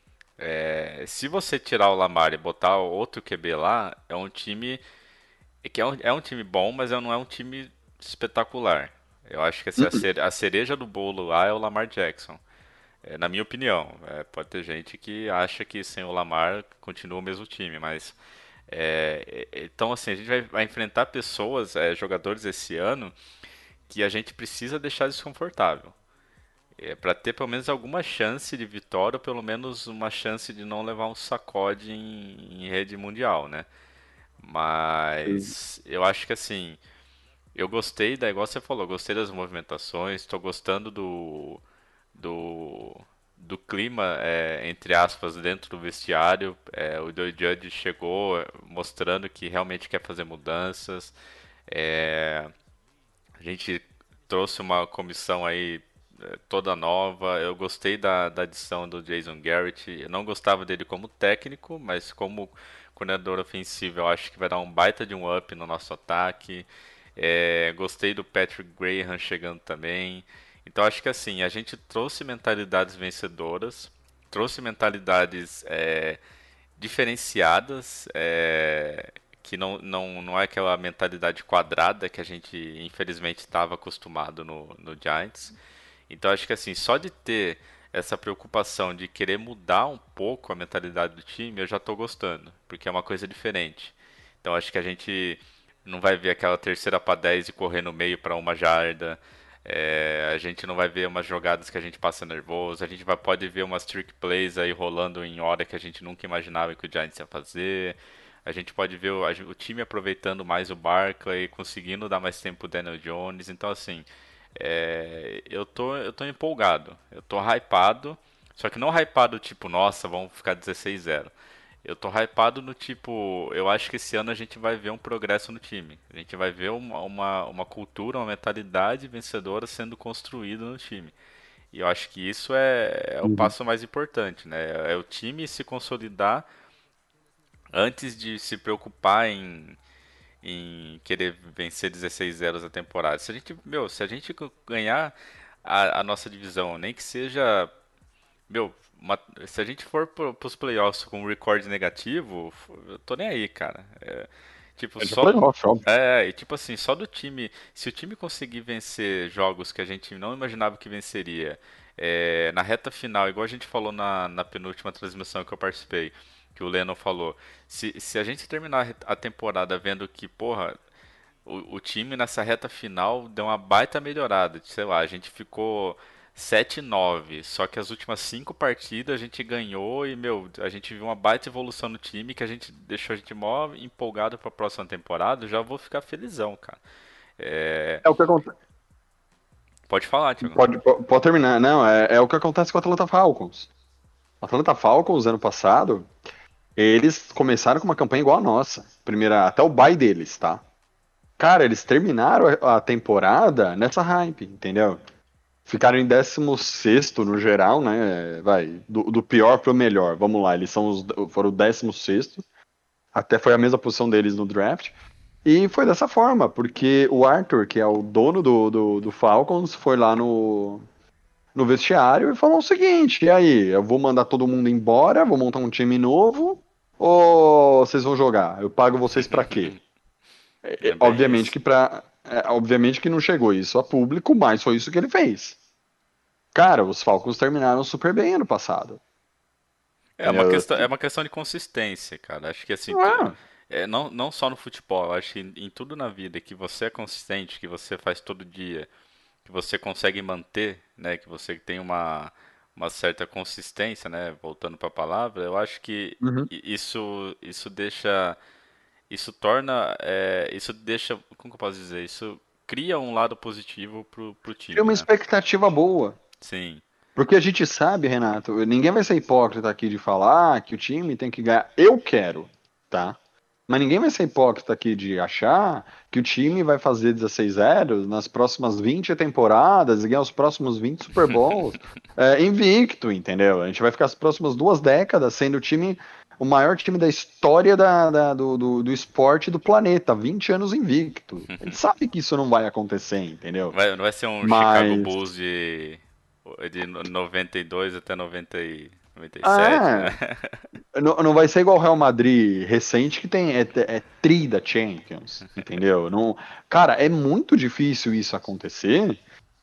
É, se você tirar o Lamar e botar outro Q B lá, é um time que é um, é um time bom, mas não é um time espetacular. Eu acho que assim, a Uh-uh. cere- a cereja do bolo lá é o Lamar Jackson. É, na minha opinião, é, pode ter gente que acha que sem o Lamar continua o mesmo time, mas é, é, então assim a gente vai, vai enfrentar pessoas, é, jogadores esse ano que a gente precisa deixar desconfortável, é, para ter pelo menos alguma chance de vitória, ou pelo menos uma chance de não levar um sacode em, em rede mundial, né? Mas eu acho que assim eu gostei da, igual você falou, gostei das movimentações, estou gostando do, do, do clima, é, entre aspas, dentro do vestiário. É, o Joe Judge chegou é, mostrando que realmente quer fazer mudanças. É, a gente trouxe uma comissão aí é, toda nova. Eu gostei da, da adição do Jason Garrett. Eu não gostava dele como técnico, mas como coordenador ofensivo, eu acho que vai dar um baita de um up no nosso ataque. É, gostei do Patrick Graham chegando também. Então acho que assim, a gente trouxe mentalidades vencedoras, trouxe mentalidades é, diferenciadas, é, que não, não, não é aquela mentalidade quadrada que a gente infelizmente estava acostumado no, no Giants. Então acho que assim, só de ter essa preocupação de querer mudar um pouco a mentalidade do time, eu já estou gostando, porque é uma coisa diferente. Então acho que a gente não vai ver aquela terceira para dez e correr no meio para uma jarda. É, a gente não vai ver umas jogadas que a gente passa nervoso. A gente vai, pode ver umas trick plays aí rolando em hora que a gente nunca imaginava que o Giants ia fazer. A gente pode ver o, a- o time aproveitando mais o Barkley, conseguindo dar mais tempo pro Daniel Jones. Então, assim, é, eu tô, eu tô empolgado. Eu tô hypado. Só que não hypado tipo, nossa, vamos ficar dezesseis a zero. Eu tô hypado no tipo, eu acho que esse ano a gente vai ver um progresso no time. A gente vai ver uma, uma, uma cultura, uma mentalidade vencedora sendo construída no time. E eu acho que isso é, é o Uhum. passo mais importante, né? É o time se consolidar antes de se preocupar em, em querer vencer dezesseis zeros a temporada. Se a gente, meu, se a gente ganhar a, a nossa divisão, nem que seja, meu, uma- se a gente for pro, pros playoffs com um recorde negativo, f- eu tô nem aí, cara. É, tipo, É de só. playoff, óbvio. É, e tipo assim, só do time. Se o time conseguir vencer jogos que a gente não imaginava que venceria, é, na reta final, igual a gente falou na, na penúltima transmissão que eu participei, que o Lennon falou. Se, se a gente terminar a temporada vendo que, porra, o, o time nessa reta final deu uma baita melhorada. Sei lá, a gente ficou sete nove, só que as últimas cinco partidas a gente ganhou e, meu, a gente viu uma baita evolução no time que a gente deixou a gente mó empolgado pra próxima temporada. Eu já vou ficar felizão, cara. É, É o que acontece. pode falar, Thiago. Pode, po- pode terminar. Não, é, é o que acontece com o Atlanta Falcons. O Atlanta Falcons, ano passado, eles começaram com uma campanha igual a nossa. Primeira, até o bye deles, tá? Cara, eles terminaram a a temporada nessa hype, entendeu? Ficaram em décimo sexto no geral, né? Vai, do, do pior pro melhor. Vamos lá, eles são os, foram o décimo sexto. Até foi a mesma posição deles no draft. E foi dessa forma, porque o Arthur, que é o dono do, do, do Falcons, foi lá no, no vestiário e falou o seguinte: e aí, eu vou mandar todo mundo embora, vou montar um time novo, ou vocês vão jogar? Eu pago vocês pra quê? É, É é, bem obviamente isso. que para, obviamente que não chegou isso a público, mas foi isso que ele fez. Cara, os Falcons terminaram super bem ano passado. É uma Entendeu? questão, é uma questão de consistência, cara. Acho que assim, tu- Ah, é, não, não só no futebol, eu acho que em, em tudo na vida que você é consistente, que você faz todo dia, que você consegue manter, né, que você tem uma, uma certa consistência, né, voltando para a palavra, eu acho que uhum. i- isso isso deixa isso torna é, isso deixa, como que eu posso dizer, isso cria um lado positivo pro, pro Cria time, uma né? expectativa boa. Sim. Porque a gente sabe, Renato, ninguém vai ser hipócrita aqui de falar que o time tem que ganhar. Eu quero, tá? Mas ninguém vai ser hipócrita aqui de achar que o time vai fazer dezesseis zero nas próximas vinte temporadas e ganhar os próximos vinte Super Bowls é, invicto, entendeu? A gente vai ficar as próximas duas décadas sendo o time, o maior time da história da, da- do, do, do esporte do planeta, vinte anos invicto. A gente sabe que isso não vai acontecer, entendeu? Vai, não vai ser um Chicago Mas. Bulls de, de noventa e dois até noventa e, noventa e sete, né? Ah, não, não vai ser igual o Real Madrid recente que tem é, é tri da Champions, entendeu? Não, cara, é muito difícil isso acontecer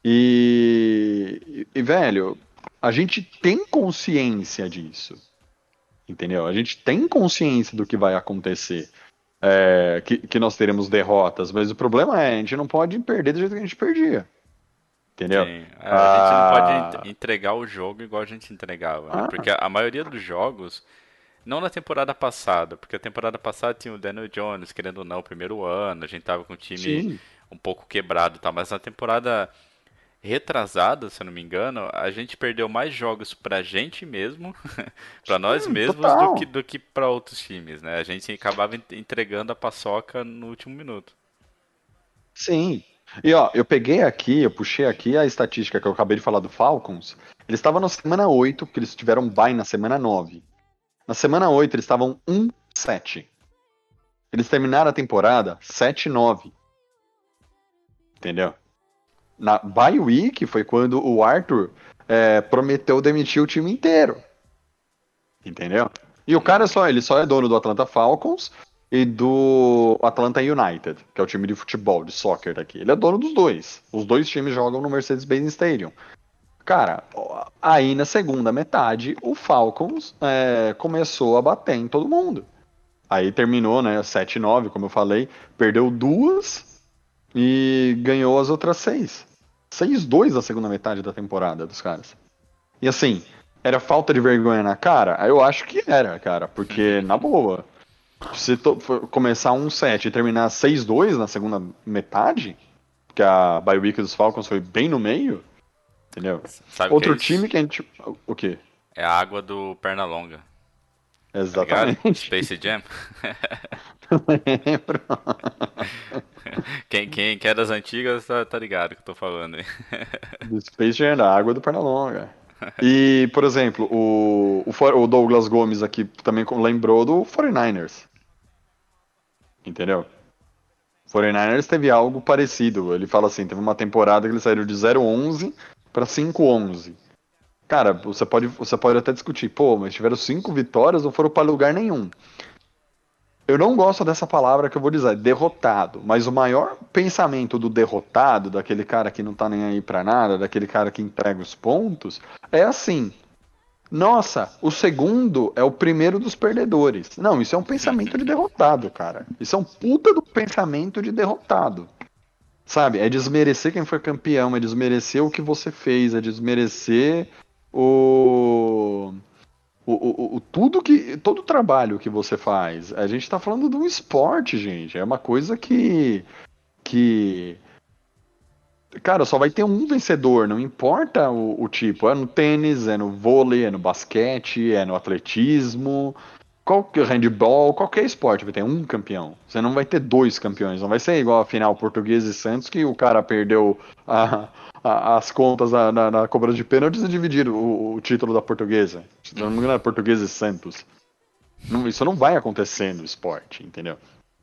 e, e, velho, a gente tem consciência disso, entendeu? A gente tem consciência do que vai acontecer, é, que, que nós teremos derrotas, mas o problema é a gente não pode perder do jeito que a gente perdia, entendeu? Sim, é, a gente não pode ent- Ah, entregar o jogo igual a gente entregava, né? ah, Porque a a maioria dos jogos, não na temporada passada, porque a temporada passada tinha o Daniel Jones, querendo ou não, o primeiro ano, a gente tava com o time sim, um pouco quebrado e tal, mas na temporada retrasada, se eu não me engano, a gente perdeu mais jogos pra gente mesmo, pra nós sim, mesmos, do que, total. do que pra outros times, né? A gente acabava en- entregando a paçoca no último minuto. Sim. E ó, eu peguei aqui, eu puxei aqui a estatística que eu acabei de falar do Falcons. Eles estavam na semana oito, porque eles tiveram bye na semana nove. Na semana oito, eles estavam um sete. Eles terminaram a temporada sete e nove. Entendeu? Na bye week foi quando o Arthur é, prometeu demitir o time inteiro. Entendeu? E o cara só, ele só é dono do Atlanta Falcons e do Atlanta United, que é o time de futebol, de soccer daqui. Ele é dono dos dois. Os dois times jogam no Mercedes-Benz Stadium. Cara, aí na segunda metade, o Falcons é, começou a bater em todo mundo. Aí terminou, né, sete a nove, como eu falei, perdeu duas e ganhou as outras seis. seis a dois na segunda metade da temporada dos caras. E assim, era falta de vergonha na cara? Eu acho que era, cara, porque, na boa, se to- for começar um sete e terminar seis a dois na segunda metade, que a bye week dos Falcons foi bem no meio, entendeu? Sabe o Outro que é isso? time que a gente... O quê? É a água do Pernalonga, tá ligado? Exatamente. Space Jam. Lembro. Quem, quem, quem é das antigas tá, tá ligado que eu tô falando aí. Do Space Jam, da água do Pernalonga. E, por exemplo, o, o, For- o Douglas Gomes aqui também lembrou do forty-niners. Entendeu? forty-niners teve algo parecido. Ele fala assim, teve uma temporada que eles saíram de zero a onze para cinco a onze. Cara, você pode, você pode até discutir, pô, mas tiveram cinco vitórias, não foram para lugar nenhum. Eu não gosto dessa palavra que eu vou dizer, derrotado. Mas o maior pensamento do derrotado, daquele cara que não tá nem aí pra nada, daquele cara que entrega os pontos, é assim: nossa, o segundo é o primeiro dos perdedores. Não, isso é um pensamento de derrotado, cara. Isso é um puta do pensamento de derrotado. Sabe? É desmerecer quem foi campeão, é desmerecer o que você fez, é desmerecer o. O, o, o- tudo que, todo o trabalho que você faz. A gente tá falando de um esporte, gente. É uma coisa que, que, cara, só vai ter um vencedor, não importa o, o tipo. É no tênis, é no vôlei, é no basquete, é no atletismo, qualquer handball, qualquer esporte vai ter um campeão. Você não vai ter dois campeões. Não vai ser igual a final Português e Santos, que o cara perdeu a- a- as contas na, na, na cobrança de pênaltis e dividiram o, o título da Portuguesa. Se não me engano, é Português e Santos. Não- isso não vai acontecer no esporte, entendeu?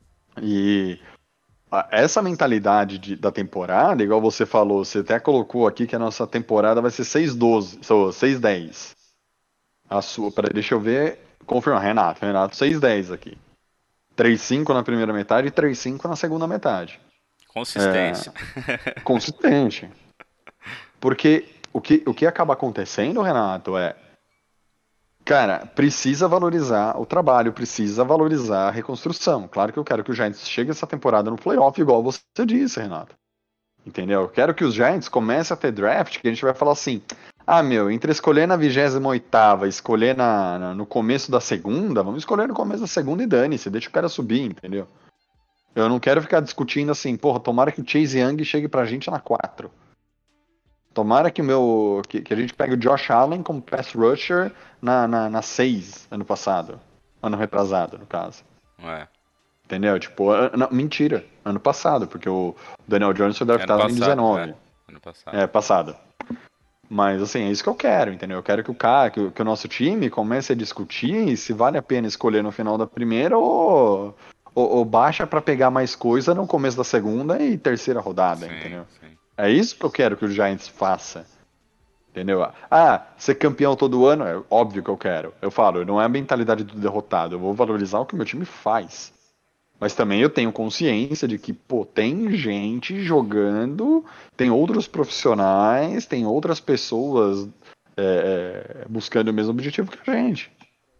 E a- essa mentalidade de- da temporada, igual você falou, você até colocou aqui que a nossa temporada vai ser seis a doze, so, seis a dez. A sua, peraí, deixa eu ver, confirmar, Renato, Renato seis a dez aqui. três a cinco na primeira metade e três a cinco na segunda metade. Consistência. Consistente. Porque o que, o que acaba acontecendo, Renato, é, cara, precisa valorizar o trabalho, precisa valorizar a reconstrução. Claro que eu quero que o Giants chegue essa temporada no playoff, igual você disse, Renato. Entendeu? Eu quero que os Giants comecem a ter draft, que a gente vai falar assim: ah, meu, entre escolher na vigésima oitava e escolher na, na- no começo da segunda, vamos escolher no começo da segunda e dane-se, deixa o cara subir, entendeu? Eu não quero ficar discutindo assim, porra, tomara que o Chase Young chegue pra gente na quatro. Tomara que o meu. Que, que a gente pegue o Josh Allen como pass rusher na, na, na seis ano passado. Ano retrasado, no caso. É. Entendeu? Tipo, an- não, mentira. Ano passado, porque o Daniel Jones foi Ano draftado em passado, dezenove. é. Ano passado. É, passado. Mas assim, é isso que eu quero, entendeu? Eu quero que o cara, que, o- que o nosso time comece a discutir se vale a pena escolher no final da primeira ou, ou, ou baixa pra pegar mais coisa no começo da segunda e terceira rodada, Sim, entendeu? sim. É isso que eu quero que o Giants faça. Entendeu? Ah, ser campeão todo ano é óbvio que eu quero. Eu falo, não é a mentalidade do derrotado. Eu vou valorizar o que o meu time faz. Mas também eu tenho consciência de que, pô, tem gente jogando, tem outros profissionais, tem outras pessoas é, é, buscando o mesmo objetivo que a gente.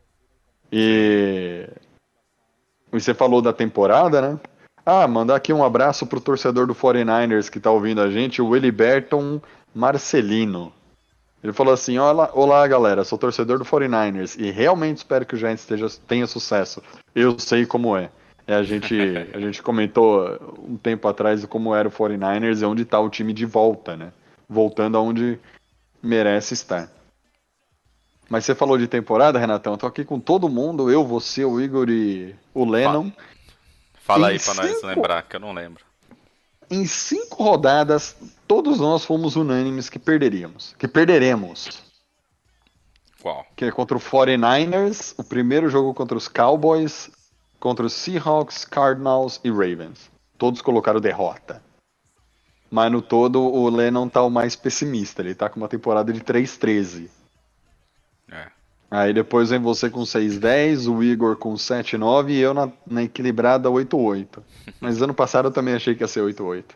E, e você falou da temporada, né? Ah, mandar aqui um abraço pro torcedor do forty-niners que tá ouvindo a gente, o Wiliberton Marcelino. Ele falou assim: olá, olá galera, sou torcedor do forty-niners e realmente espero que o Giants esteja, tenha sucesso. Eu sei como é. É, a, gente, a gente comentou um tempo atrás de como era o forty-niners e onde está o time de volta, né? Voltando aonde merece estar. Mas você falou de temporada, Renatão. Eu tô aqui com todo mundo, eu, você, o Igor e o Lennon. Fala Em aí pra nós cinco- lembrar, que eu não lembro. Em cinco rodadas, todos nós fomos unânimes que perderíamos. Que perderemos. Qual? Que é contra o forty-niners, o primeiro jogo contra os Cowboys contra os Seahawks, Cardinals e Ravens. Todos colocaram derrota. Mas no todo, o Lennon tá o mais pessimista. Ele tá com uma temporada de três treze. É. Aí depois vem você com seis dez, o Igor com sete nove e eu na, na equilibrada oito oito. Mas ano passado eu também achei que ia ser oito oito.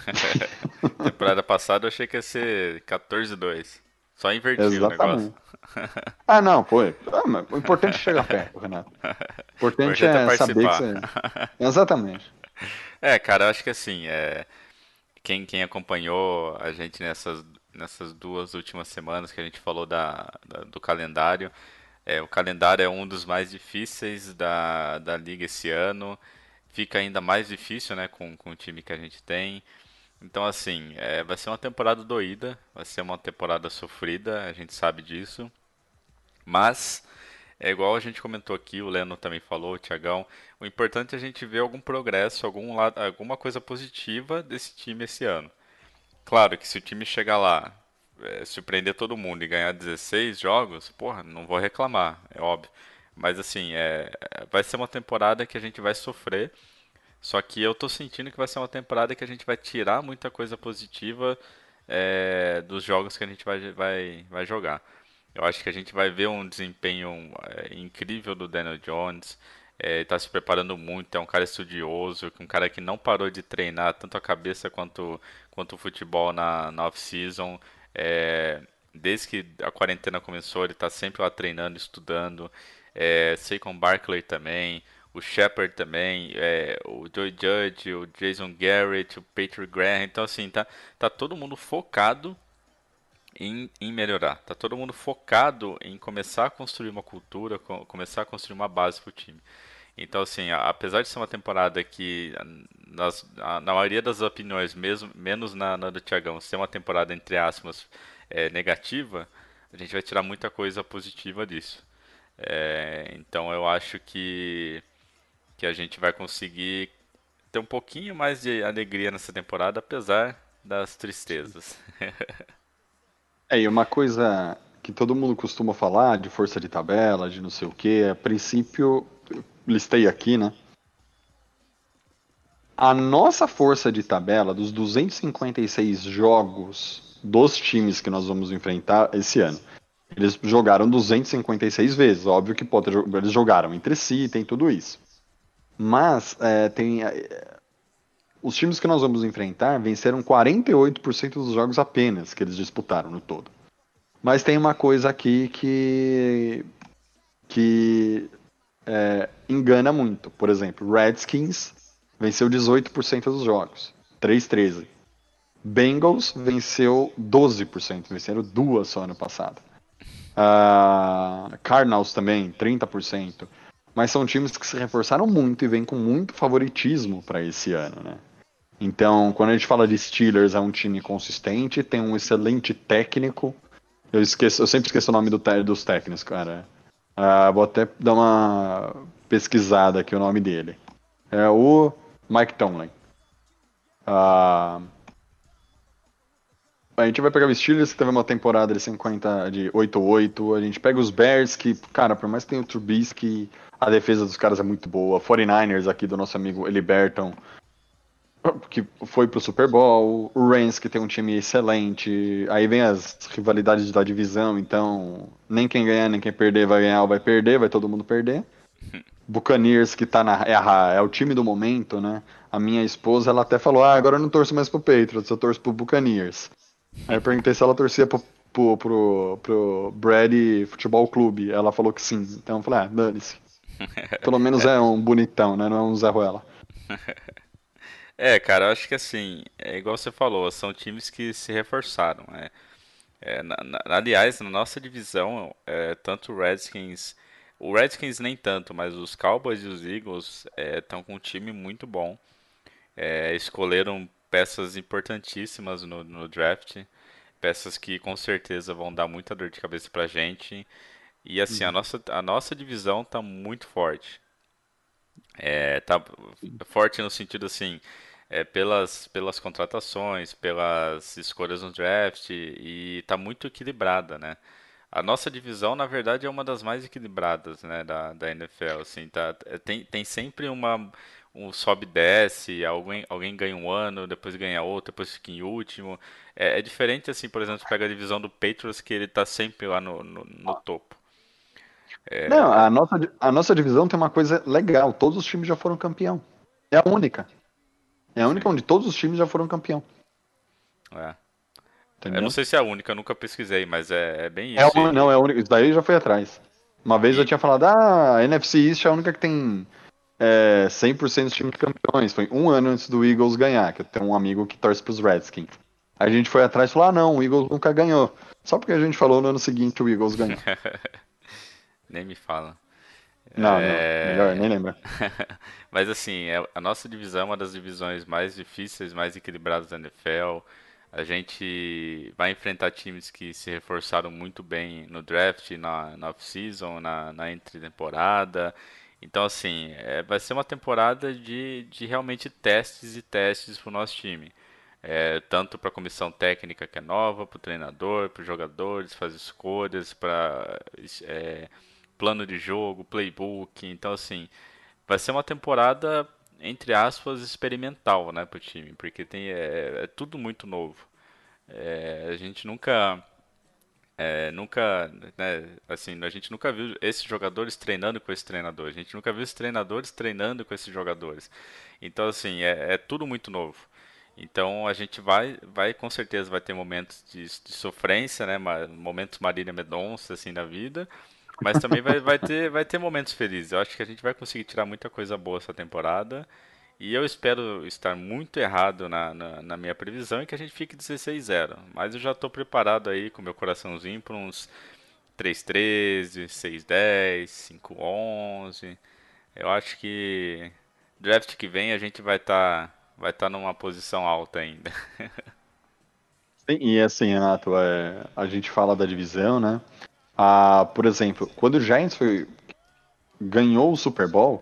Temporada passada eu achei que ia ser quatorze dois. Só inverti o negócio. Exatamente. Ah, não, pô. Ah, mas o importante é chegar perto, Renato. O importante Importante é é saber que participar. você. Exatamente. É, cara, eu acho que assim, é, quem, quem acompanhou a gente nessas, nessas duas últimas semanas que a gente falou da, da- do calendário, é, o calendário é um dos mais difíceis da, da liga esse ano. Fica ainda mais difícil, né, com, com o time que a gente tem. Então, assim, é, vai ser uma temporada doída, vai ser uma temporada sofrida, a gente sabe disso. Mas, é igual a gente comentou aqui, o Leno também falou, o Thiagão, o importante é a gente ver algum progresso, algum lado, alguma coisa positiva desse time esse ano. Claro que se o time chegar lá, é, surpreender todo mundo e ganhar dezesseis jogos, porra, não vou reclamar, é óbvio. Mas assim, é, é, vai ser uma temporada que a gente vai sofrer, só que eu tô sentindo que vai ser uma temporada que a gente vai tirar muita coisa positiva é, dos jogos que a gente vai, vai, vai jogar. Eu acho que a gente vai ver um desempenho é, incrível do Daniel Jones. É, ele está se preparando muito, é um cara estudioso, um cara que não parou de treinar tanto a cabeça quanto, quanto o futebol na, na off-season. É, desde que a quarentena começou, ele está sempre lá treinando, estudando. É, Saquon Barkley também, o Shepard também, é, o Joey Judge, o Jason Garrett, o Patrick Graham. Então, assim, tá, tá todo mundo focado em, em melhorar. Tá todo mundo focado em começar a construir uma cultura, co- começar a construir uma base para o time. Então, assim, a- apesar de ser uma temporada que, nas, a- na maioria das opiniões, mesmo, menos na, na do Thiagão, ser uma temporada, entre aspas, é, negativa, a gente vai tirar muita coisa positiva disso. É, então, eu acho que, que a gente vai conseguir ter um pouquinho mais de alegria nessa temporada, apesar das tristezas. É, e uma coisa que todo mundo costuma falar de força de tabela, de não sei o quê, a princípio, eu listei aqui, né? A nossa força de tabela dos duzentos e cinquenta e seis jogos dos times que nós vamos enfrentar esse ano. Eles jogaram duzentos e cinquenta e seis vezes, óbvio que pode, eles jogaram entre si, tem tudo isso. Mas é, tem é, os times que nós vamos enfrentar venceram quarenta e oito por cento dos jogos apenas que eles disputaram no todo. Mas tem uma coisa aqui que que é, engana muito. Por exemplo, Redskins venceu dezoito por cento dos jogos, três a treze. Bengals venceu doze por cento, venceram duas só ano passado. Uh, Cardinals também, trinta por cento. Mas são times que se reforçaram muito e vêm com muito favoritismo para esse ano, né? Então, quando a gente fala de Steelers, é um time consistente, tem um excelente técnico. Eu esqueço, eu sempre esqueço o nome do dos técnicos, cara. Uh, vou até dar uma pesquisada aqui o nome dele. É o Mike Tomlin. Uh, a gente vai pegar o Steelers, que teve uma temporada de cinquenta, de oito a oito. A gente pega os Bears, que, cara, por mais que tenha o Trubisky, a defesa dos caras é muito boa. quarenta e nine ers aqui do nosso amigo Eli Burton, que foi pro Super Bowl. O Rams, que tem um time excelente. Aí vem as rivalidades da divisão, então nem quem ganhar, nem quem perder vai ganhar ou vai perder, vai todo mundo perder. Buccaneers, que tá na, é, a, é o time do momento, né? A minha esposa, ela até falou, ah, agora eu não torço mais pro Patriots, eu torço pro Buccaneers. Aí eu perguntei se ela torcia pro, pro, pro, pro Brady Futebol Clube. Ela falou que sim. Então eu falei, ah, dane-se. Pelo menos é um bonitão, né? Não é um Zé Ruela. É, cara, eu acho que assim, é igual você falou, são times que se reforçaram. É, é, na- na- aliás, na nossa divisão, é, tanto o Redskins, o Redskins nem tanto, mas os Cowboys e os Eagles estão com um time muito bom. É, escolheram peças importantíssimas no, no draft, peças que com certeza vão dar muita dor de cabeça pra gente. E assim, a Uhum. nossa, a nossa divisão tá muito forte. É, tá forte no sentido assim, é, pelas, pelas contratações, pelas escolhas no draft e tá muito equilibrada, né? A nossa divisão, na verdade, é uma das mais equilibradas, né, da, da N F L, assim, tá? É, Tem, tem sempre uma um sobe e desce, alguém, alguém ganha um ano, depois ganha outro, depois fica em último. É, é diferente, assim, por exemplo, você pega a divisão do Patriots, que ele tá sempre lá no, no, no topo. Não, a nossa, a nossa divisão tem uma coisa legal. Todos os times já foram campeão. É a única. É a única Sim, onde todos os times já foram campeão. é. Eu não Entendeu? sei se é a única, eu nunca pesquisei, mas é, é bem É a isso. única, não, E, é a única. Isso daí já foi atrás. Uma vez eu e, tinha falado, ah, a N F C East é a única que tem é, cem por cento dos times campeões. Foi um ano antes do Eagles ganhar, que eu tenho um amigo que torce pros Redskins. A gente foi atrás e falou, ah, não, o Eagles nunca ganhou. Só porque a gente falou no ano seguinte o Eagles ganhou. nem me fala. Não, não, melhor É... nem lembrar. Mas assim, é- a nossa divisão é uma das divisões mais difíceis, mais equilibradas da N F L. A gente vai enfrentar times que se reforçaram muito bem no draft, na, na off-season, na, na entre-temporada. Então, assim, é, vai ser uma temporada de, de realmente testes e testes para o nosso time. É, tanto para a comissão técnica que é nova, para o treinador, para os jogadores, fazer escolhas, para plano de jogo, playbook. Então, assim, vai ser uma temporada, entre aspas, experimental, né, pro time, porque tem, é, é tudo muito novo. É, a gente nunca, é, nunca, né, assim, a gente nunca viu esses jogadores treinando com esse treinador, a gente nunca viu esses treinadores treinando com esses jogadores. Então, assim, é, é tudo muito novo. Então a gente vai, vai com certeza vai ter momentos de, de sofrência, né, ma- momentos Marília Mendonça assim na vida, mas também vai, vai ter, vai ter momentos felizes. Eu acho que a gente vai conseguir tirar muita coisa boa essa temporada. E eu espero estar muito errado na, na, na minha previsão e que a gente fique dezesseis a zero. Mas eu já estou preparado aí com meu coraçãozinho para uns três a treze, seis a dez, cinco a onze. Eu acho que draft que vem a gente vai estar vai estar numa posição alta ainda. Sim, e assim, Renato, é, a gente fala da divisão, né? Ah, por exemplo, quando o Giants foi, ganhou o Super Bowl,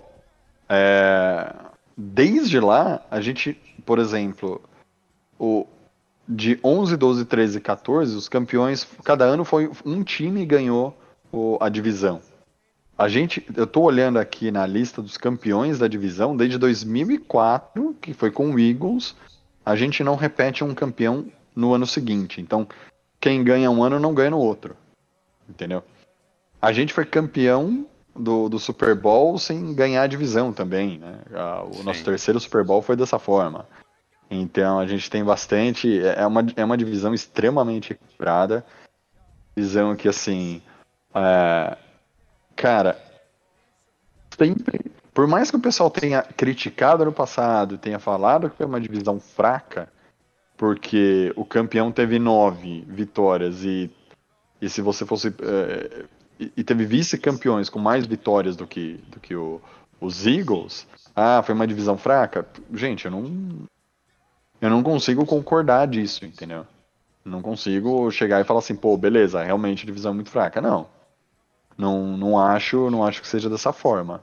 é, desde lá, a gente, por exemplo, o, de onze, doze, treze, quatorze, os campeões, cada ano foi um time ganhou o- a divisão. A gente, eu tô olhando aqui na lista dos campeões da divisão, desde dois mil e quatro, que foi com o Eagles, a gente não repete um campeão no ano seguinte. Então, quem ganha um ano não ganha no outro, entendeu? A gente foi campeão do, do Super Bowl sem ganhar a divisão também, né? A- O nosso Sim. terceiro Super Bowl foi dessa forma. Então a gente tem bastante. É uma, é uma divisão extremamente equilibrada. Divisão que, assim. é, cara, sempre. Por mais que o pessoal tenha criticado no passado, tenha falado que foi uma divisão fraca, porque o campeão teve nove vitórias e, e se você fosse. é, e, e teve vice-campeões com mais vitórias do que, do que o- os Eagles. Ah, foi uma divisão fraca? Gente, eu não, eu não consigo concordar disso, entendeu? Não consigo chegar e falar assim, pô, beleza, realmente a divisão é muito fraca. Não, não, não acho, não acho que seja dessa forma.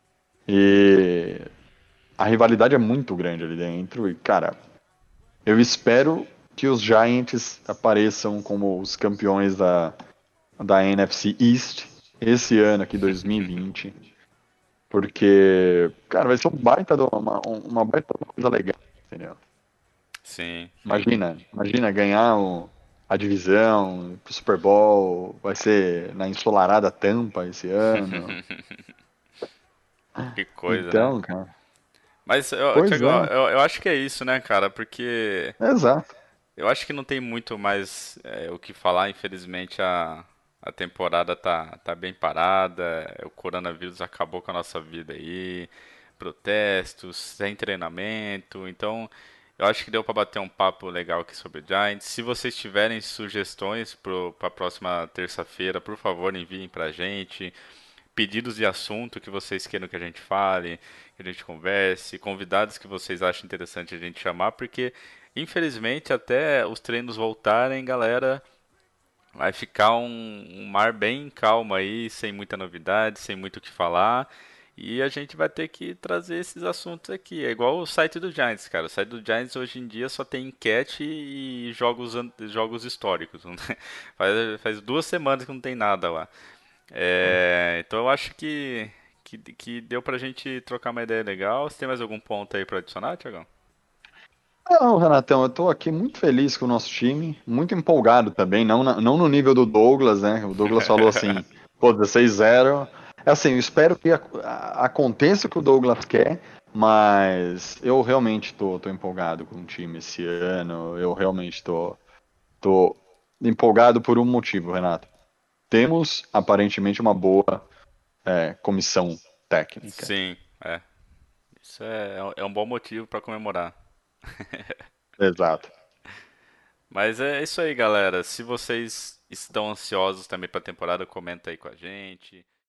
E a rivalidade é muito grande ali dentro e, cara, eu espero que os Giants apareçam como os campeões da, da N F C East esse ano aqui, dois mil e vinte, porque, cara, vai ser um baita de uma, uma baita de uma coisa legal, entendeu? Sim, sim. Imagina, imagina ganhar o- a divisão pro Super Bowl, vai ser na ensolarada Tampa esse ano. Que coisa, né? Então, cara, Mas, eu, pois Thiago, é, eu, eu acho que é isso, né, cara? Porque exato. eu acho que não tem muito mais é, o que falar. Infelizmente, a, a temporada tá, tá bem parada. O coronavírus acabou com a nossa vida aí. Protestos, sem treinamento. Então, eu acho que deu pra bater um papo legal aqui sobre Giants. Se vocês tiverem sugestões para a próxima terça-feira, por favor, enviem pra gente. Pedidos de assunto que vocês queiram que a gente fale, que a gente converse, convidados que vocês acham interessante a gente chamar, porque infelizmente até os treinos voltarem, galera, vai ficar um, um mar bem calmo aí, sem muita novidade, sem muito o que falar. E a gente vai ter que trazer esses assuntos aqui. É igual o site do Giants, cara. O site do Giants hoje em dia só tem enquete e jogos, an- jogos históricos. Não tem- Faz, faz duas semanas que não tem nada lá. É, então eu acho que, que, que deu pra gente trocar uma ideia legal. Você tem mais algum ponto aí pra adicionar, Tiagão? Não, Renatão, eu tô aqui muito feliz com o nosso time, muito empolgado também, não, na- não no nível do Douglas, né? O Douglas falou assim, pô, dezesseis a zero. É assim, eu espero que a- a- aconteça o que o Douglas quer, mas eu realmente tô, tô empolgado com o time esse ano, eu realmente tô, tô empolgado por um motivo, Renato. Temos aparentemente uma boa é, comissão técnica. Sim, é. Isso é, é um bom motivo pra comemorar. Exato. Mas é isso aí, galera. Se vocês estão ansiosos também pra temporada, comenta aí com a gente.